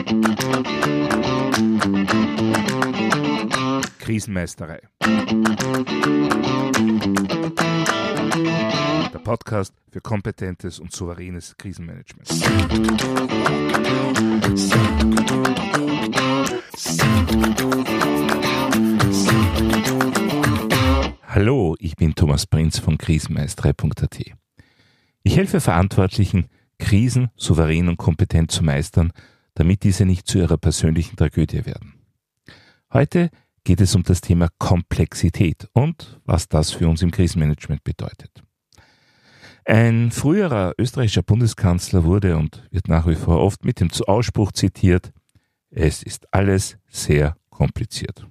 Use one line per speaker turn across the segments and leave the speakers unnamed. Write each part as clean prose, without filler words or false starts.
Krisenmeisterei. Der Podcast für kompetentes und souveränes Krisenmanagement. Hallo, ich bin Thomas Prinz von krisenmeisterei.at. Ich helfe Verantwortlichen, Krisen souverän und kompetent zu meistern, damit diese nicht zu ihrer persönlichen Tragödie werden. Heute geht es um das Thema Komplexität und was das für uns im Krisenmanagement bedeutet. Ein früherer österreichischer Bundeskanzler wurde und wird nach wie vor oft mit dem Ausspruch zitiert: Es ist alles sehr kompliziert.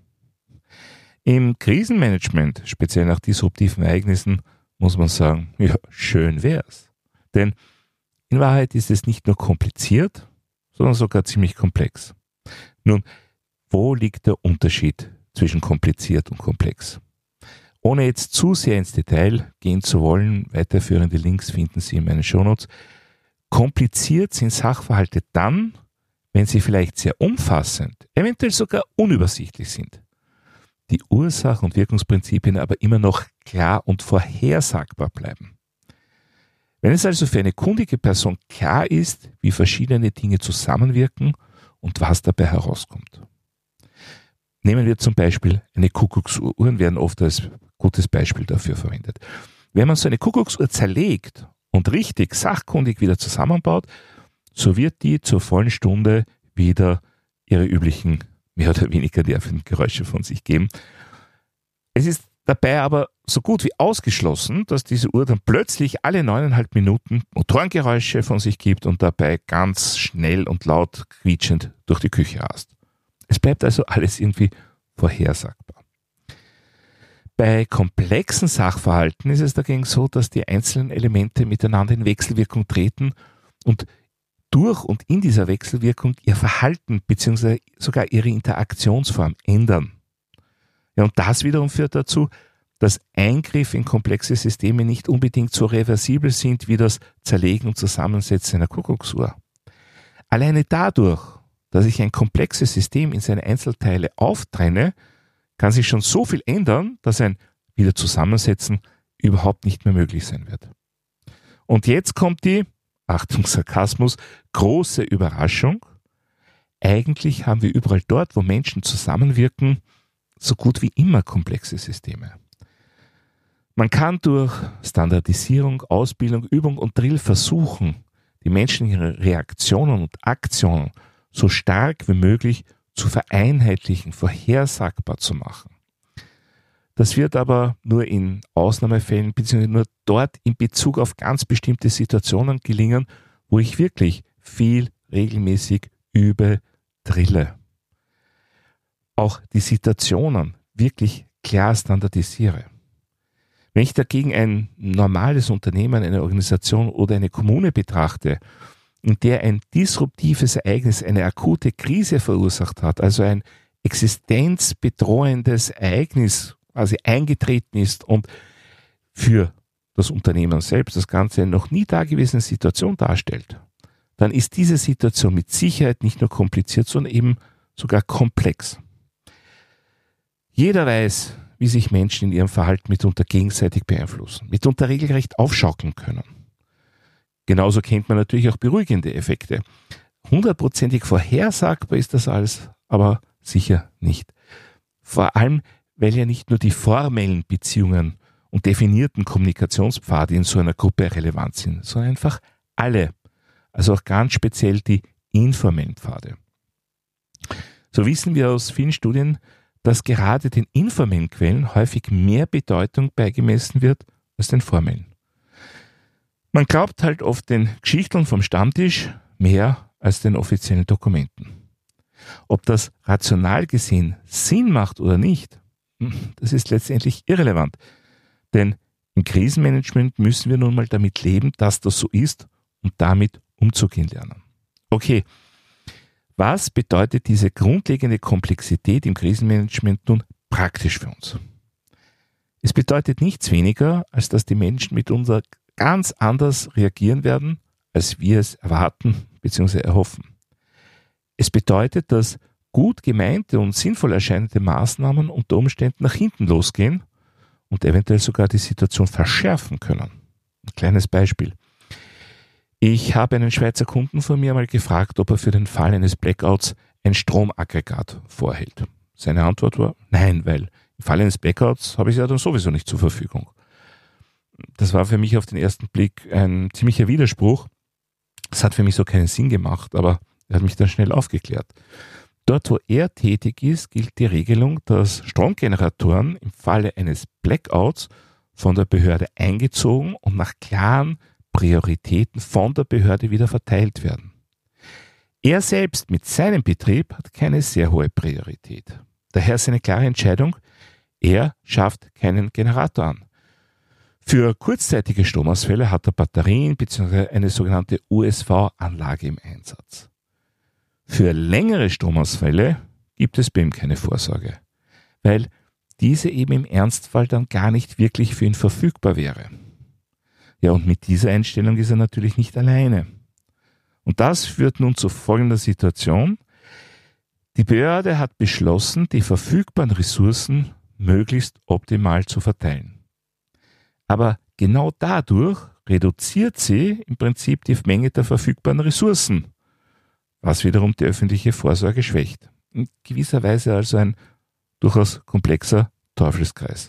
Im Krisenmanagement, speziell nach disruptiven Ereignissen, muss man sagen, ja, schön wär's. Denn in Wahrheit ist es nicht nur kompliziert, sondern sogar ziemlich komplex. Nun, wo liegt der Unterschied zwischen kompliziert und komplex? Ohne jetzt zu sehr ins Detail gehen zu wollen, weiterführende Links finden Sie in meinen Shownotes. Kompliziert sind Sachverhalte dann, wenn sie vielleicht sehr umfassend, eventuell sogar unübersichtlich sind. Die Ursachen- und Wirkungsprinzipien aber immer noch klar und vorhersagbar bleiben. Wenn es also für eine kundige Person klar ist, wie verschiedene Dinge zusammenwirken und was dabei herauskommt. Nehmen wir zum Beispiel eine Kuckucksuhr. Uhren werden oft als gutes Beispiel dafür verwendet. Wenn man so eine Kuckucksuhr zerlegt und richtig sachkundig wieder zusammenbaut, so wird die zur vollen Stunde wieder ihre üblichen, mehr oder weniger nervigen Geräusche von sich geben. Es ist dabei aber so gut wie ausgeschlossen, dass diese Uhr dann plötzlich alle 9,5 Minuten Motorengeräusche von sich gibt und dabei ganz schnell und laut quietschend durch die Küche rast. Es bleibt also alles irgendwie vorhersagbar. Bei komplexen Sachverhalten ist es dagegen so, dass die einzelnen Elemente miteinander in Wechselwirkung treten und durch und in dieser Wechselwirkung ihr Verhalten bzw. sogar ihre Interaktionsform ändern. Ja, und das wiederum führt dazu, dass Eingriffe in komplexe Systeme nicht unbedingt so reversibel sind wie das Zerlegen und Zusammensetzen einer Kuckucksuhr. Alleine dadurch, dass ich ein komplexes System in seine Einzelteile auftrenne, kann sich schon so viel ändern, dass ein Wiederzusammensetzen überhaupt nicht mehr möglich sein wird. Und jetzt kommt die, Achtung Sarkasmus, große Überraschung. Eigentlich haben wir überall dort, wo Menschen zusammenwirken, so gut wie immer komplexe Systeme. Man kann durch Standardisierung, Ausbildung, Übung und Drill versuchen, die menschlichen Reaktionen und Aktionen so stark wie möglich zu vereinheitlichen, vorhersagbar zu machen. Das wird aber nur in Ausnahmefällen bzw. nur dort in Bezug auf ganz bestimmte Situationen gelingen, wo ich wirklich viel regelmäßig übe, drille. Auch die Situationen wirklich klar standardisiere. Wenn ich dagegen ein normales Unternehmen, eine Organisation oder eine Kommune betrachte, in der ein disruptives Ereignis eine akute Krise verursacht hat, also ein existenzbedrohendes Ereignis quasi eingetreten ist und für das Unternehmen selbst das Ganze eine noch nie dagewesene Situation darstellt, dann ist diese Situation mit Sicherheit nicht nur kompliziert, sondern eben sogar komplex. Jeder weiß, wie sich Menschen in ihrem Verhalten mitunter gegenseitig beeinflussen, mitunter regelrecht aufschaukeln können. Genauso kennt man natürlich auch beruhigende Effekte. 100%ig vorhersagbar ist das alles, aber sicher nicht. Vor allem, weil ja nicht nur die formellen Beziehungen und definierten Kommunikationspfade in so einer Gruppe relevant sind, sondern einfach alle. Also auch ganz speziell die informellen Pfade. So wissen wir aus vielen Studien, dass gerade den informellen Quellen häufig mehr Bedeutung beigemessen wird als den formellen. Man glaubt halt oft den Geschichteln vom Stammtisch mehr als den offiziellen Dokumenten. Ob das rational gesehen Sinn macht oder nicht, das ist letztendlich irrelevant. Denn im Krisenmanagement müssen wir nun mal damit leben, dass das so ist und damit umzugehen lernen. Okay, was bedeutet diese grundlegende Komplexität im Krisenmanagement nun praktisch für uns? Es bedeutet nichts weniger, als dass die Menschen mitunter ganz anders reagieren werden, als wir es erwarten bzw. erhoffen. Es bedeutet, dass gut gemeinte und sinnvoll erscheinende Maßnahmen unter Umständen nach hinten losgehen und eventuell sogar die Situation verschärfen können. Ein kleines Beispiel. Ich habe einen Schweizer Kunden von mir mal gefragt, ob er für den Fall eines Blackouts ein Stromaggregat vorhält. Seine Antwort war nein, weil im Fall eines Blackouts habe ich es ja dann sowieso nicht zur Verfügung. Das war für mich auf den ersten Blick ein ziemlicher Widerspruch. Das hat für mich so keinen Sinn gemacht, aber er hat mich dann schnell aufgeklärt. Dort, wo er tätig ist, gilt die Regelung, dass Stromgeneratoren im Falle eines Blackouts von der Behörde eingezogen und nach klaren Prioritäten von der Behörde wieder verteilt werden. Er selbst mit seinem Betrieb hat keine sehr hohe Priorität. Daher ist eine klare Entscheidung, er schafft keinen Generator an. Für kurzzeitige Stromausfälle hat er Batterien bzw. eine sogenannte USV-Anlage im Einsatz. Für längere Stromausfälle gibt es bei ihm keine Vorsorge, weil diese eben im Ernstfall dann gar nicht wirklich für ihn verfügbar wäre. Ja, und mit dieser Einstellung ist er natürlich nicht alleine. Und das führt nun zu folgender Situation. Die Behörde hat beschlossen, die verfügbaren Ressourcen möglichst optimal zu verteilen. Aber genau dadurch reduziert sie im Prinzip die Menge der verfügbaren Ressourcen, was wiederum die öffentliche Vorsorge schwächt. In gewisser Weise also ein durchaus komplexer Teufelskreis.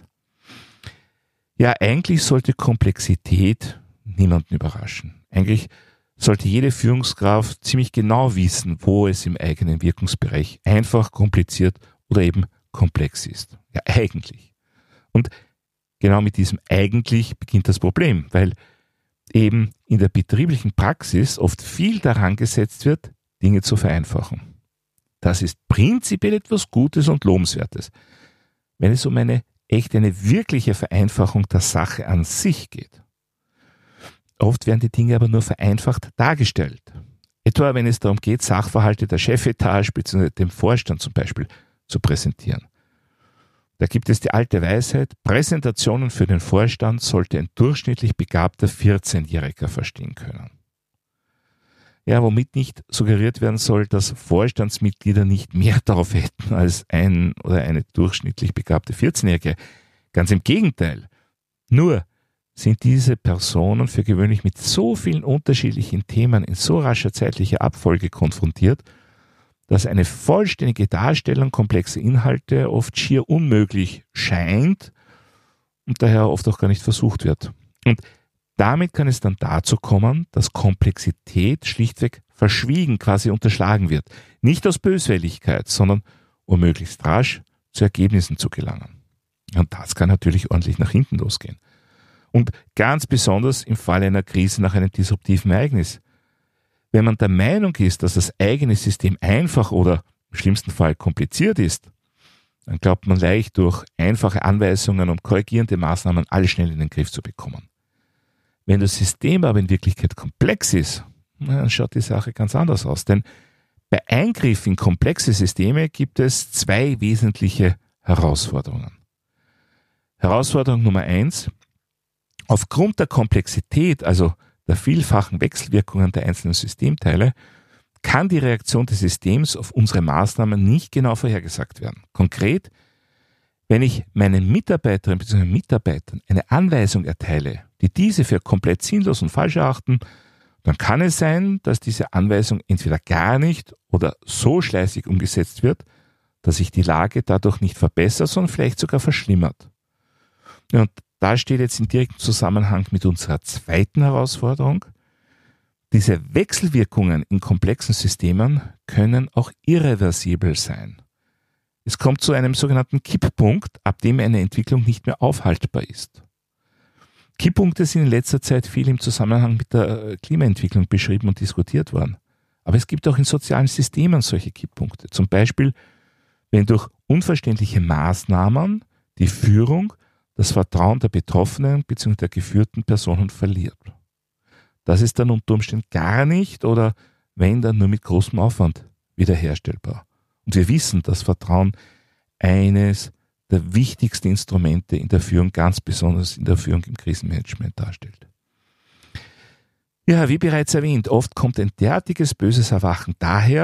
Ja, eigentlich sollte Komplexität niemanden überraschen. Eigentlich sollte jede Führungskraft ziemlich genau wissen, wo es im eigenen Wirkungsbereich einfach, kompliziert oder eben komplex ist. Ja, eigentlich. Und genau mit diesem eigentlich beginnt das Problem, weil eben in der betrieblichen Praxis oft viel daran gesetzt wird, Dinge zu vereinfachen. Das ist prinzipiell etwas Gutes und Lobenswertes. Wenn es um eine wirkliche Vereinfachung der Sache an sich geht. Oft werden die Dinge aber nur vereinfacht dargestellt. Etwa wenn es darum geht, Sachverhalte der Chefetage bzw. dem Vorstand zum Beispiel zu präsentieren. Da gibt es die alte Weisheit, Präsentationen für den Vorstand sollte ein durchschnittlich begabter 14-Jähriger verstehen können. Ja, womit nicht suggeriert werden soll, dass Vorstandsmitglieder nicht mehr darauf hätten als ein oder eine durchschnittlich begabte 14-Jährige. Ganz im Gegenteil. Nur sind diese Personen für gewöhnlich mit so vielen unterschiedlichen Themen in so rascher zeitlicher Abfolge konfrontiert, dass eine vollständige Darstellung komplexer Inhalte oft schier unmöglich scheint und daher oft auch gar nicht versucht wird. Und damit kann es dann dazu kommen, dass Komplexität schlichtweg verschwiegen, quasi unterschlagen wird. Nicht aus Böswilligkeit, sondern um möglichst rasch zu Ergebnissen zu gelangen. Und das kann natürlich ordentlich nach hinten losgehen. Und ganz besonders im Falle einer Krise nach einem disruptiven Ereignis. Wenn man der Meinung ist, dass das eigene System einfach oder im schlimmsten Fall kompliziert ist, dann glaubt man leicht durch einfache Anweisungen und korrigierende Maßnahmen alles schnell in den Griff zu bekommen. Wenn das System aber in Wirklichkeit komplex ist, dann schaut die Sache ganz anders aus. Denn bei Eingriff in komplexe Systeme gibt es zwei wesentliche Herausforderungen. Herausforderung Nummer 1. Aufgrund der Komplexität, also der vielfachen Wechselwirkungen der einzelnen Systemteile, kann die Reaktion des Systems auf unsere Maßnahmen nicht genau vorhergesagt werden. Konkret, wenn ich meinen Mitarbeiterinnen bzw. Mitarbeitern eine Anweisung erteile, die diese für komplett sinnlos und falsch erachten, dann kann es sein, dass diese Anweisung entweder gar nicht oder so schleißig umgesetzt wird, dass sich die Lage dadurch nicht verbessert, sondern vielleicht sogar verschlimmert. Und da steht jetzt in direktem Zusammenhang mit unserer zweiten Herausforderung. Diese Wechselwirkungen in komplexen Systemen können auch irreversibel sein. Es kommt zu einem sogenannten Kipppunkt, ab dem eine Entwicklung nicht mehr aufhaltbar ist. Kipppunkte sind in letzter Zeit viel im Zusammenhang mit der Klimaentwicklung beschrieben und diskutiert worden. Aber es gibt auch in sozialen Systemen solche Kipppunkte. Zum Beispiel, wenn durch unverständliche Maßnahmen die Führung das Vertrauen der Betroffenen bzw. der geführten Personen verliert. Das ist dann unter Umständen gar nicht oder wenn dann nur mit großem Aufwand wiederherstellbar. Und wir wissen, dass Vertrauen eines der wichtigsten Instrumente in der Führung, ganz besonders in der Führung im Krisenmanagement darstellt. Ja, wie bereits erwähnt, oft kommt ein derartiges böses Erwachen daher,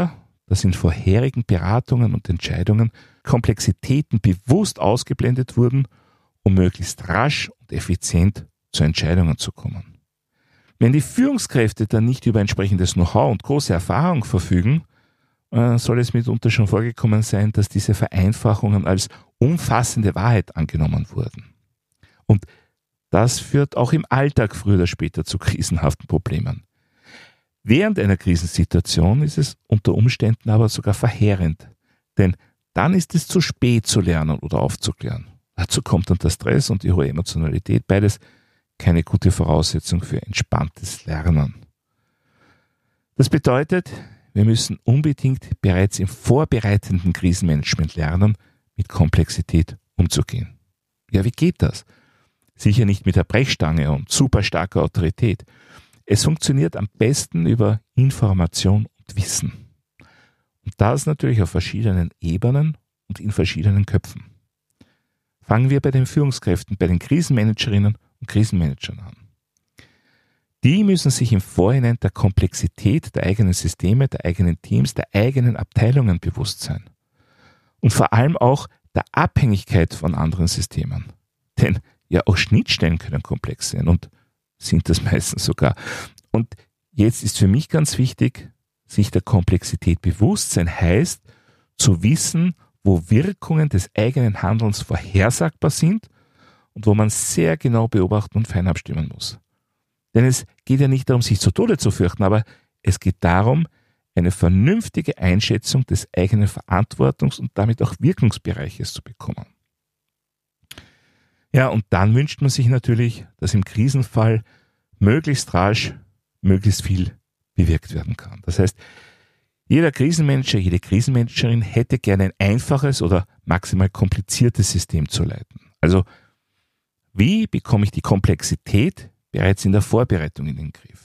dass in vorherigen Beratungen und Entscheidungen Komplexitäten bewusst ausgeblendet wurden, um möglichst rasch und effizient zu Entscheidungen zu kommen. Wenn die Führungskräfte dann nicht über entsprechendes Know-how und große Erfahrung verfügen, soll es mitunter schon vorgekommen sein, dass diese Vereinfachungen als umfassende Wahrheit angenommen wurden. Und das führt auch im Alltag früher oder später zu krisenhaften Problemen. Während einer Krisensituation ist es unter Umständen aber sogar verheerend, denn dann ist es zu spät zu lernen oder aufzuklären. Dazu kommt dann der Stress und die hohe Emotionalität, beides keine gute Voraussetzung für entspanntes Lernen. Das bedeutet, wir müssen unbedingt bereits im vorbereitenden Krisenmanagement lernen, mit Komplexität umzugehen. Ja, wie geht das? Sicher nicht mit der Brechstange und super starker Autorität. Es funktioniert am besten über Information und Wissen. Und das natürlich auf verschiedenen Ebenen und in verschiedenen Köpfen. Fangen wir bei den Führungskräften, bei den Krisenmanagerinnen und Krisenmanagern an. Die müssen sich im Vorhinein der Komplexität der eigenen Systeme, der eigenen Teams, der eigenen Abteilungen bewusst sein. Und vor allem auch der Abhängigkeit von anderen Systemen. Denn ja, auch Schnittstellen können komplex sein und sind das meistens sogar. Und jetzt ist für mich ganz wichtig, sich der Komplexität bewusst sein heißt, zu wissen, wo Wirkungen des eigenen Handelns vorhersagbar sind und wo man sehr genau beobachten und fein abstimmen muss. Denn es geht ja nicht darum, sich zu Tode zu fürchten, aber es geht darum, eine vernünftige Einschätzung des eigenen Verantwortungs- und damit auch Wirkungsbereiches zu bekommen. Ja, und dann wünscht man sich natürlich, dass im Krisenfall möglichst rasch, möglichst viel bewirkt werden kann. Das heißt, jeder Krisenmanager, jede Krisenmanagerin hätte gerne ein einfaches oder maximal kompliziertes System zu leiten. Also, wie bekomme ich die Komplexität bereits in der Vorbereitung in den Griff?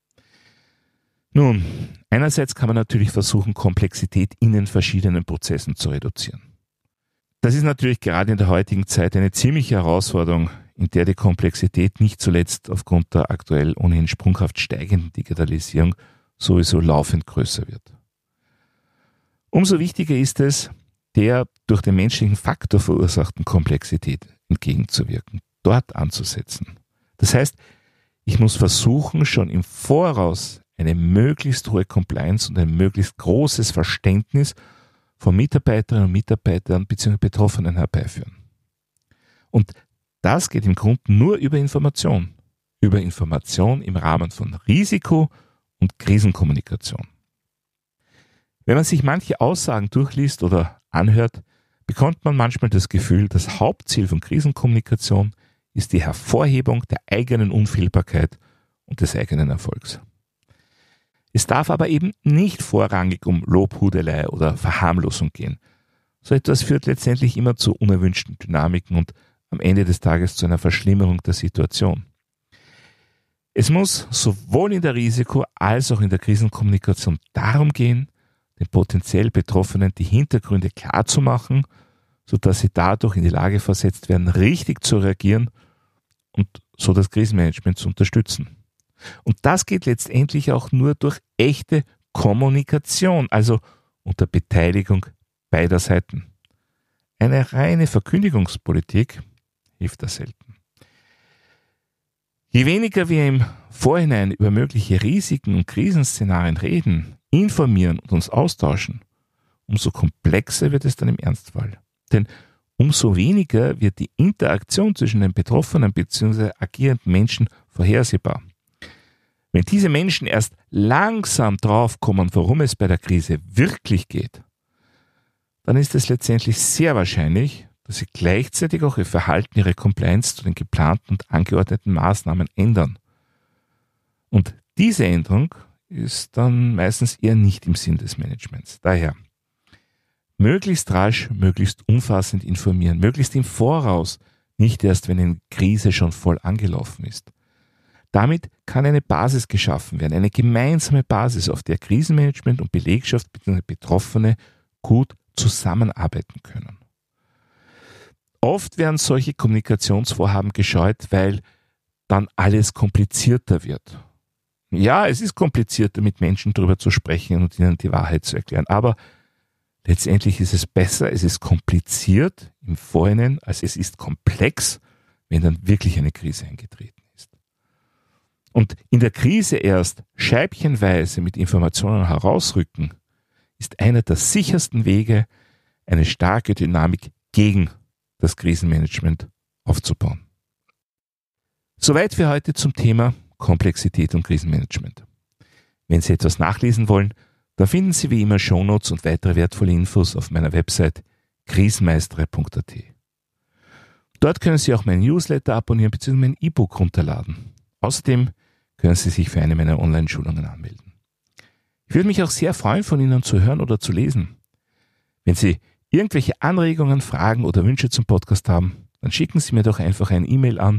Nun, einerseits kann man natürlich versuchen, Komplexität in den verschiedenen Prozessen zu reduzieren. Das ist natürlich gerade in der heutigen Zeit eine ziemliche Herausforderung, in der die Komplexität nicht zuletzt aufgrund der aktuell ohnehin sprunghaft steigenden Digitalisierung sowieso laufend größer wird. Umso wichtiger ist es, der durch den menschlichen Faktor verursachten Komplexität entgegenzuwirken, dort anzusetzen. Das heißt, ich muss versuchen, schon im Voraus eine möglichst hohe Compliance und ein möglichst großes Verständnis von Mitarbeiterinnen und Mitarbeitern bzw. Betroffenen herbeiführen. Und das geht im Grunde nur über Information. Über Information im Rahmen von Risiko- und Krisenkommunikation. Wenn man sich manche Aussagen durchliest oder anhört, bekommt man manchmal das Gefühl, das Hauptziel von Krisenkommunikation ist die Hervorhebung der eigenen Unfehlbarkeit und des eigenen Erfolgs. Es darf aber eben nicht vorrangig um Lobhudelei oder Verharmlosung gehen. So etwas führt letztendlich immer zu unerwünschten Dynamiken und am Ende des Tages zu einer Verschlimmerung der Situation. Es muss sowohl in der Risiko- als auch in der Krisenkommunikation darum gehen, den potenziell Betroffenen die Hintergründe klarzumachen, sodass sie dadurch in die Lage versetzt werden, richtig zu reagieren und so das Krisenmanagement zu unterstützen. Und das geht letztendlich auch nur durch echte Kommunikation, also unter Beteiligung beider Seiten. Eine reine Verkündigungspolitik hilft da selten. Je weniger wir im Vorhinein über mögliche Risiken und Krisenszenarien reden, informieren und uns austauschen, umso komplexer wird es dann im Ernstfall. Denn umso weniger wird die Interaktion zwischen den Betroffenen bzw. agierenden Menschen vorhersehbar. Wenn diese Menschen erst langsam draufkommen, worum es bei der Krise wirklich geht, dann ist es letztendlich sehr wahrscheinlich, dass sie gleichzeitig auch ihr Verhalten, ihre Compliance zu den geplanten und angeordneten Maßnahmen ändern. Und diese Änderung ist dann meistens eher nicht im Sinn des Managements. Daher möglichst rasch, möglichst umfassend informieren, möglichst im Voraus, nicht erst, wenn eine Krise schon voll angelaufen ist. Damit kann eine Basis geschaffen werden, eine gemeinsame Basis, auf der Krisenmanagement und Belegschaft bzw. Betroffene gut zusammenarbeiten können. Oft werden solche Kommunikationsvorhaben gescheut, weil dann alles komplizierter wird. Ja, es ist komplizierter, mit Menschen darüber zu sprechen und ihnen die Wahrheit zu erklären. Aber letztendlich ist es besser, es ist kompliziert im Vorhinein, als es ist komplex, wenn dann wirklich eine Krise eingetreten ist. Und in der Krise erst scheibchenweise mit Informationen herausrücken, ist einer der sichersten Wege, eine starke Dynamik gegen das Krisenmanagement aufzubauen. Soweit für heute zum Thema Komplexität und Krisenmanagement. Wenn Sie etwas nachlesen wollen, dann finden Sie wie immer Shownotes und weitere wertvolle Infos auf meiner Website krisenmeistre.at. Dort können Sie auch meinen Newsletter abonnieren bzw. mein E-Book runterladen. Außerdem können Sie sich für eine meiner Online-Schulungen anmelden. Ich würde mich auch sehr freuen, von Ihnen zu hören oder zu lesen. Wenn Sie irgendwelche Anregungen, Fragen oder Wünsche zum Podcast haben, dann schicken Sie mir doch einfach eine E-Mail an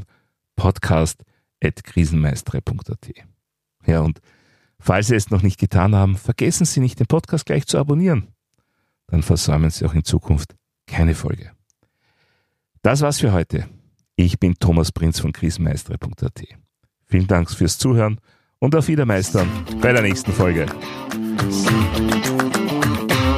podcast@krisenmeistre.at. Ja, und falls Sie es noch nicht getan haben, vergessen Sie nicht, den Podcast gleich zu abonnieren. Dann versäumen Sie auch in Zukunft keine Folge. Das war's für heute. Ich bin Thomas Prinz von krisenmeistre.at. Vielen Dank fürs Zuhören und auf Wiedermeistern bei der nächsten Folge.